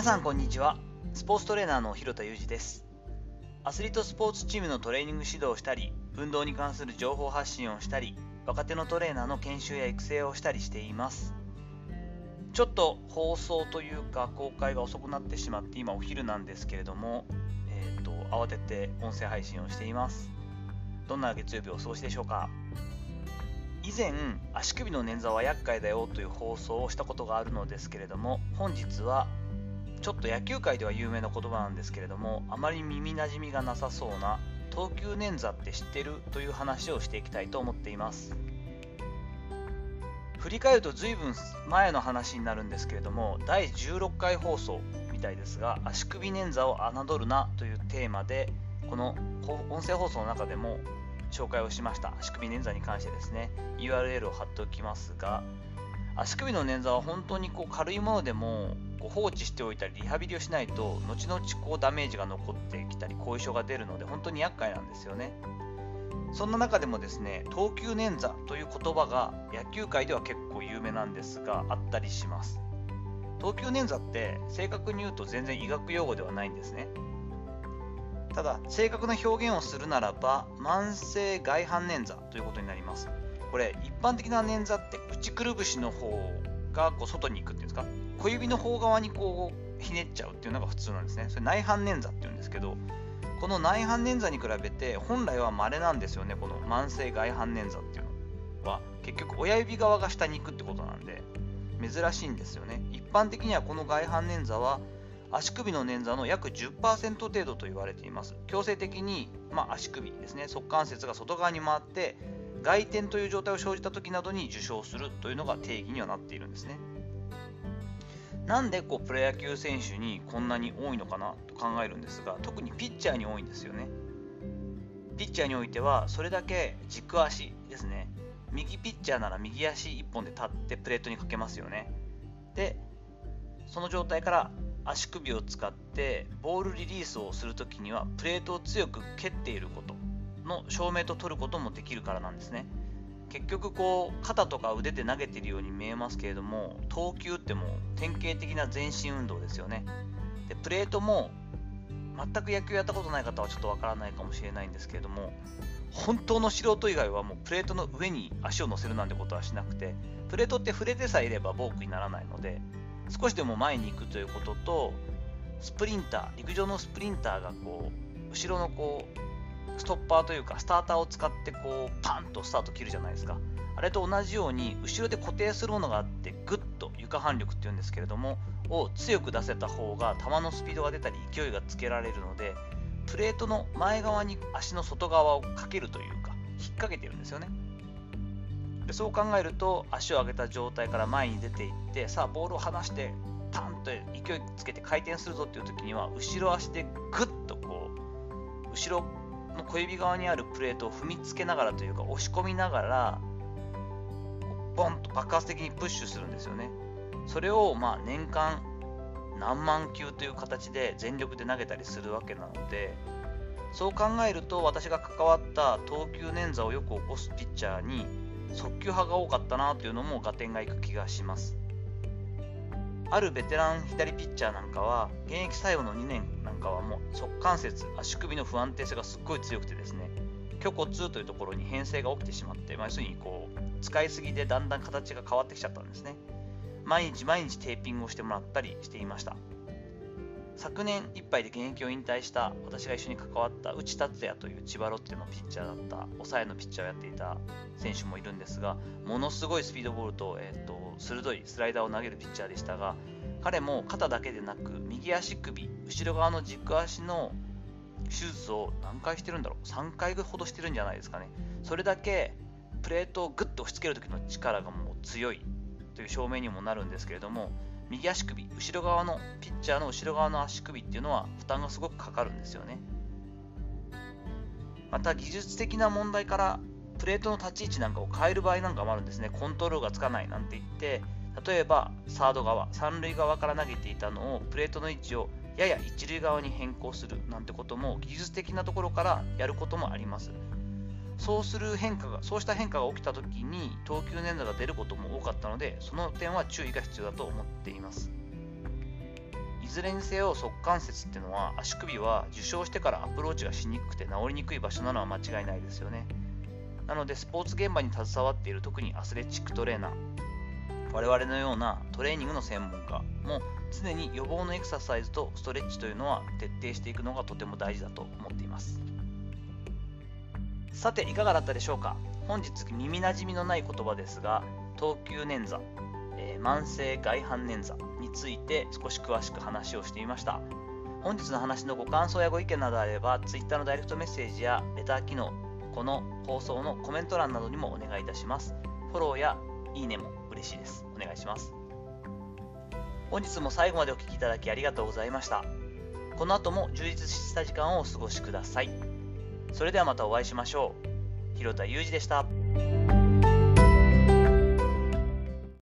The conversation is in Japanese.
皆さんこんにちは。スポーツトレーナーの広田裕二です。アスリートスポーツチームのトレーニング指導をしたり、運動に関する情報発信をしたり、若手のトレーナーの研修や育成をしたりしています。ちょっと放送というか公開が遅くなってしまって今お昼なんですけれども、慌てて音声配信をしています。どんな月曜日をお過ごしでしょうか。以前足首の捻挫は厄介だよという放送をしたことがあるのですけれども、本日はちょっと野球界では有名な言葉なんですけれども、あまり耳なじみがなさそうな投球捻挫って知ってるという話をしていきたいと思っています。振り返ると随分前の話になるんですけれども、第16回放送みたいですが、足首捻挫を侮るなというテーマでこの音声放送の中でも紹介をしました。足首捻挫に関してですね、 URL を貼っておきますが、足首の捻挫は本当に軽いものでも放置しておいたりリハビリをしないと後々ダメージが残ってきたり後遺症が出るので本当に厄介なんですよね。そんな中でもですね、投球捻挫という言葉が野球界では結構有名なんですがあったりします。投球捻挫って正確に言うと全然医学用語ではないんですね。ただ正確な表現をするならば慢性外反捻挫ということになります。これ一般的な捻挫って内くるぶしの方が外に行くっていうんですか、小指の方側にひねっちゃうっていうのが普通なんですね。それ内反捻挫っていうんですけど、この内反捻挫に比べて本来は稀なんですよね。この慢性外反捻挫っていうのは結局親指側が下に行くってことなんで珍しいんですよね。一般的にはこの外反捻挫は足首の捻挫の約 10% 程度と言われています。強制的に、足首ですね、側関節が外側に回って外転という状態を生じた時などに受傷するというのが定義にはなっているんですね。なんでプロ野球選手にこんなに多いのかなと考えるんですが、特にピッチャーに多いんですよね。ピッチャーにおいてはそれだけ軸足ですね、右ピッチャーなら右足1本で立ってプレートにかけますよね。でその状態から足首を使ってボールリリースをするときにはプレートを強く蹴っていることの証明と取ることもできるからなんですね。結局肩とか腕で投げているように見えますけれども、投球ってもう典型的な全身運動ですよね。でプレートも全く野球やったことない方はちょっとわからないかもしれないんですけれども、本当の素人以外はもうプレートの上に足を乗せるなんてことはしなくて、プレートって触れてさえいればボークにならないので、少しでも前に行くということと、スプリンター、陸上のスプリンターが後ろのストッパーというかスターターを使ってパンとスタート切るじゃないですか。あれと同じように後ろで固定するものがあって、グッと床反力っていうんですけれどもを強く出せた方が球のスピードが出たり勢いがつけられるので、プレートの前側に足の外側をかけるというか引っ掛けてるんですよね。でそう考えると足を上げた状態から前に出ていって、さあボールを離してパンと勢いつけて回転するぞっていう時には後ろ足でグッと後ろの小指側にあるプレートを踏みつけながらというか押し込みながらボンと爆発的にプッシュするんですよね。それを年間何万球という形で全力で投げたりするわけなので、そう考えると私が関わった投球捻挫をよく起こすピッチャーに速球派が多かったなというのも合点がいく気がします。あるベテラン左ピッチャーなんかは現役最後の2年なんかはもう側関節、足首の不安定性がすっごい強くてですね、虚骨というところに変性が起きてしまって、要するに使いすぎでだんだん形が変わってきちゃったんですね。毎日テーピングをしてもらったりしていました。昨年いっぱいで現役を引退した私が一緒に関わった内達也という千葉ロッテのピッチャーだった、抑えのピッチャーをやっていた選手もいるんですが、ものすごいスピードボールと、鋭いスライダーを投げるピッチャーでしたが、彼も肩だけでなく右足首、後ろ側の軸足の手術を何回してるんだろう、3回ほどしてるんじゃないですかね。それだけプレートをグッと押し付ける時の力がもう強いという証明にもなるんですけれども、右足首、後ろ側のピッチャーの後ろ側の足首っていうのは負担がすごくかかるんですよね。また技術的な問題からプレートの立ち位置なんかを変える場合なんかもあるんですね。コントロールがつかないなんて言って、例えばサード側、三塁側から投げていたのをプレートの位置をやや一塁側に変更するなんてことも技術的なところからやることもあります。そうした変化が起きたときに投球捻挫が出ることも多かったので、その点は注意が必要だと思っています。いずれにせよ足関節っていうのは、足首は受傷してからアプローチがしにくくて治りにくい場所なのは間違いないですよね。なのでスポーツ現場に携わっている、特にアスレチックトレーナー、我々のようなトレーニングの専門家も常に予防のエクササイズとストレッチというのは徹底していくのがとても大事だと思っています。さていかがだったでしょうか。本日耳なじみのない言葉ですが、頭丘捻挫、慢性外反捻挫について少し詳しく話をしてみました。本日の話のご感想やご意見などあれば Twitter のダイレクトメッセージやレター機能、この放送のコメント欄などにもお願いいたします。フォローやいいねも嬉しいです。お願いします。本日も最後までお聞きいただきありがとうございました。この後も充実した時間をお過ごしください。それではまたお会いしましょう。広田裕二でした。